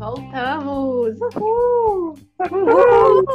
Voltamos! Uhul! Uhul!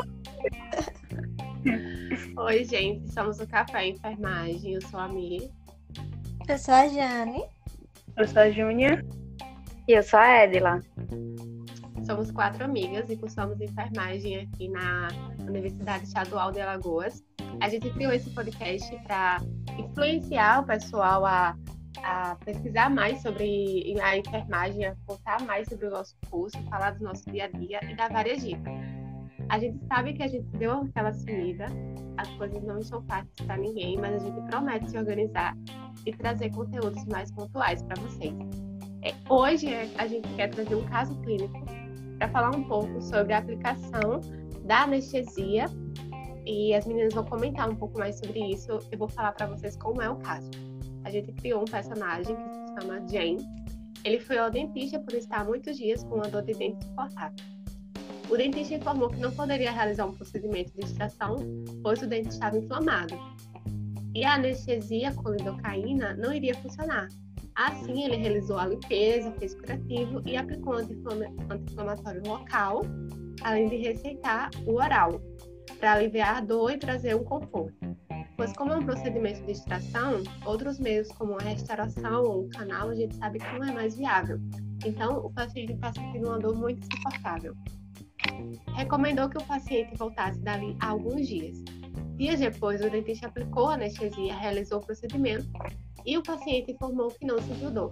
Oi, gente, somos o Café Enfermagem. Eu sou a Mi. Eu sou a Jane. Eu sou a Júnia. E eu sou a Edila. Somos 4 amigas e cursamos enfermagem aqui na Universidade Estadual de Alagoas. A gente criou esse podcast para influenciar o pessoal a pesquisar mais sobre a enfermagem, a contar mais sobre o nosso curso, falar do nosso dia a dia e dar várias dicas. A gente sabe que a gente deu aquela sumida, as coisas não estão fáceis para ninguém, mas a gente promete se organizar e trazer conteúdos mais pontuais para vocês. Hoje a gente quer trazer um caso clínico para falar um pouco sobre a aplicação da anestesia e as meninas vão comentar um pouco mais sobre isso. Eu vou falar para vocês como é o caso. A gente criou um personagem que se chama Jane. Ele foi ao dentista por estar há muitos dias com uma dor de dente insuportável. O dentista informou que não poderia realizar um procedimento de extração, pois o dente estava inflamado. E a anestesia com lidocaína não iria funcionar. Assim, ele realizou a limpeza, fez curativo e aplicou anti-inflamatório local, além de receitar o oral, para aliviar a dor e trazer um conforto. Pois como é um procedimento de extração, outros meios como a restauração ou o canal, a gente sabe que não é mais viável. Então, o paciente está sentindo uma dor muito insuportável. Recomendou que o paciente voltasse dali a alguns dias. Dias depois, o dentista aplicou a anestesia, realizou o procedimento e o paciente informou que não sentiu dor.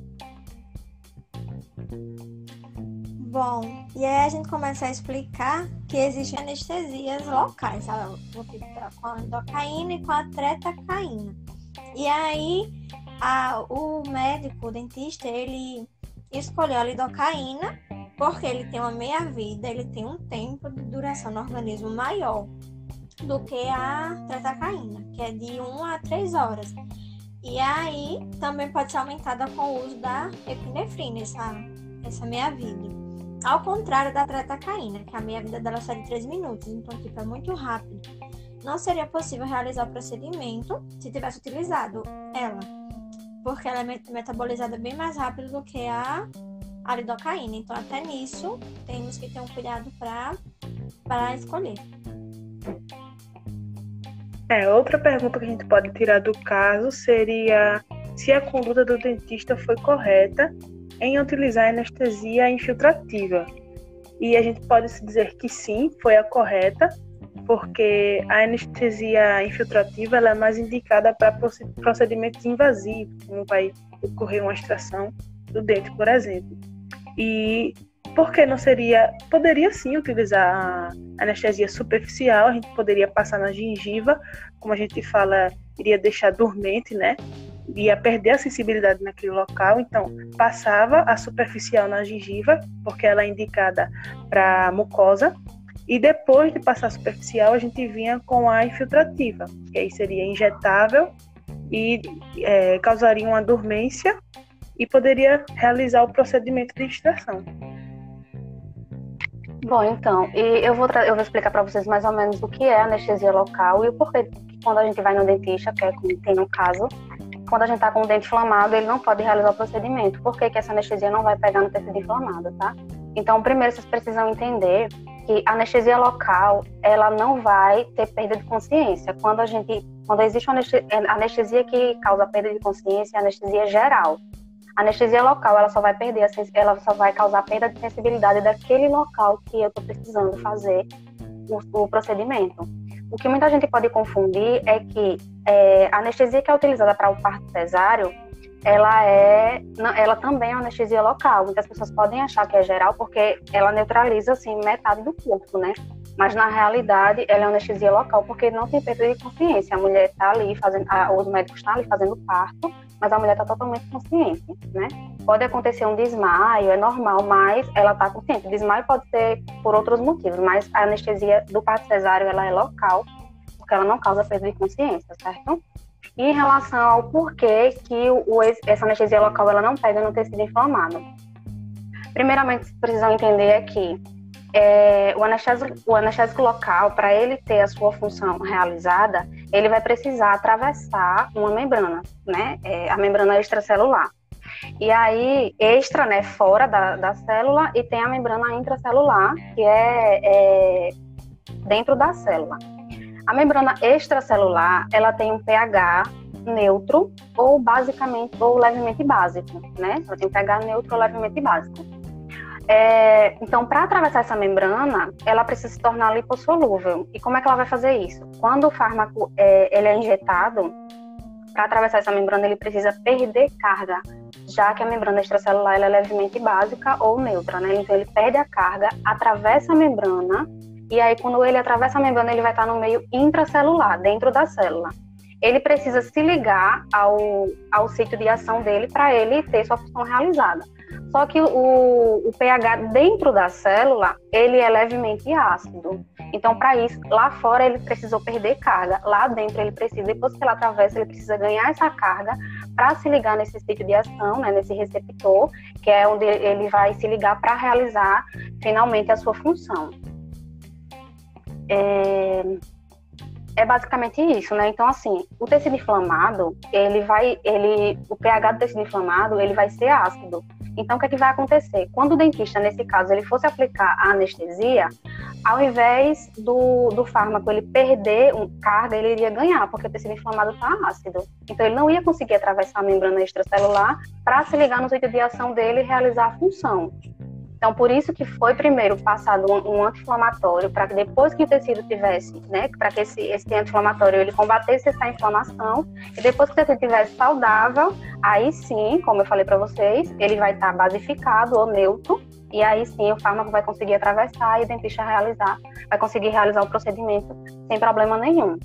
Bom, e aí a gente começa a explicar que existem anestesias locais, sabe? Com a lidocaína e com a tretacaína. E aí, o médico, o dentista, ele escolheu a lidocaína porque ele tem uma meia-vida, ele tem um tempo de duração no organismo maior do que a tretacaína, que é de 1 a 3 horas. E aí, também pode ser aumentada com o uso da epinefrina, essa meia-vida. Ao contrário da tretacaína, que a meia-vida dela é de 3 minutos, então tipo, é muito rápido. Não seria possível realizar o procedimento se tivesse utilizado ela, porque ela é metabolizada bem mais rápido do que a lidocaína. Então, até nisso, temos que ter um cuidado para escolher. Outra pergunta que a gente pode tirar do caso seria se a conduta do dentista foi correta em utilizar a anestesia infiltrativa. E a gente pode dizer que sim, foi a correta, porque a anestesia infiltrativa ela é mais indicada para procedimentos invasivos, como vai ocorrer uma extração do dente, por exemplo. E por que não seria? Poderia sim utilizar a anestesia superficial, a gente poderia passar na gengiva, como a gente fala, iria deixar dormente, né? Ia perder a sensibilidade naquele local, então passava a superficial na gengiva, porque ela é indicada para mucosa, e depois de passar a superficial, a gente vinha com a infiltrativa, que aí seria injetável e causaria uma dormência e poderia realizar o procedimento de extração. Bom, então, eu vou explicar para vocês mais ou menos o que é anestesia local e o porquê que quando a gente vai no dentista, que é como tem no caso, quando a gente está com o dente inflamado, ele não pode realizar o procedimento. Por que essa anestesia não vai pegar no tecido inflamado, tá? Então, primeiro, vocês precisam entender que a anestesia local, ela não vai ter perda de consciência. Quando existe uma anestesia que causa perda de consciência, é anestesia geral. A anestesia local, ela só vai causar perda de sensibilidade daquele local que eu estou precisando fazer o procedimento. O que muita gente pode confundir é que a anestesia que é utilizada para o parto cesáreo, ela também é uma anestesia local. Muitas pessoas podem achar que é geral porque ela neutraliza assim, metade do corpo, né? Mas na realidade ela é uma anestesia local porque não tem perda de consciência. A mulher está ali os médicos estão ali fazendo parto, mas a mulher está totalmente consciente, né? Pode acontecer um desmaio, é normal, mas ela está consciente. O desmaio pode ser por outros motivos, mas a anestesia do parto cesáreo ela é local, porque ela não causa perda de consciência, certo? E em relação ao porquê que essa anestesia local ela não pega no tecido inflamado. Primeiramente, vocês precisam entender que o anestésico local, para ele ter a sua função realizada, ele vai precisar atravessar uma membrana, né? A membrana extracelular. E aí, extra, né, fora da célula, e tem a membrana intracelular, que é dentro da célula. A membrana extracelular, ela tem um pH neutro ou basicamente ou levemente básico, né? Ela tem um pH neutro ou levemente básico. Então, para atravessar essa membrana, ela precisa se tornar lipossolúvel. E como é que ela vai fazer isso? Quando o fármaco ele é injetado, para atravessar essa membrana, ele precisa perder carga, já que a membrana extracelular ela é levemente básica ou neutra, né? Então, ele perde a carga, atravessa a membrana, e aí, quando ele atravessa a membrana, ele vai estar no meio intracelular, dentro da célula. Ele precisa se ligar ao sítio de ação dele para ele ter sua função realizada. Só que o pH dentro da célula, ele é levemente ácido. Então, para isso, lá fora ele precisou perder carga. Lá dentro ele precisa, depois que ele atravessa, ele precisa ganhar essa carga para se ligar nesse sítio de ação, né, nesse receptor, que é onde ele vai se ligar para realizar finalmente a sua função. É basicamente isso, né? Então, assim, o tecido inflamado, o pH do tecido inflamado, ele vai ser ácido. Então, o que é que vai acontecer? Quando o dentista, nesse caso, ele fosse aplicar a anestesia, ao invés do fármaco ele perder carga, ele iria ganhar, porque o tecido inflamado está ácido. Então, ele não ia conseguir atravessar a membrana extracelular para se ligar no sítio de ação dele e realizar a função. Então, por isso que foi primeiro passado um anti-inflamatório, para que depois que o tecido tivesse, né, para que esse anti-inflamatório ele combatesse essa inflamação, e depois que o tecido estivesse saudável, aí sim, como eu falei para vocês, ele vai estar basificado ou neutro, e aí sim o fármaco vai conseguir atravessar e o dentista vai conseguir realizar o procedimento sem problema nenhum.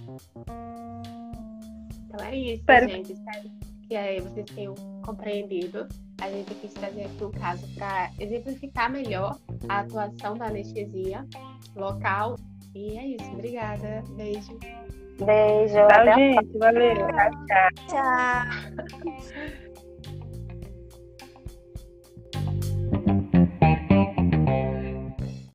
Então é isso, gente. Espero que aí vocês tenham compreendido. A gente quis trazer aqui um caso para exemplificar melhor a atuação da anestesia local. E é isso. Obrigada. Beijo. Beijo. Tchau, gente. Valeu. Tchau.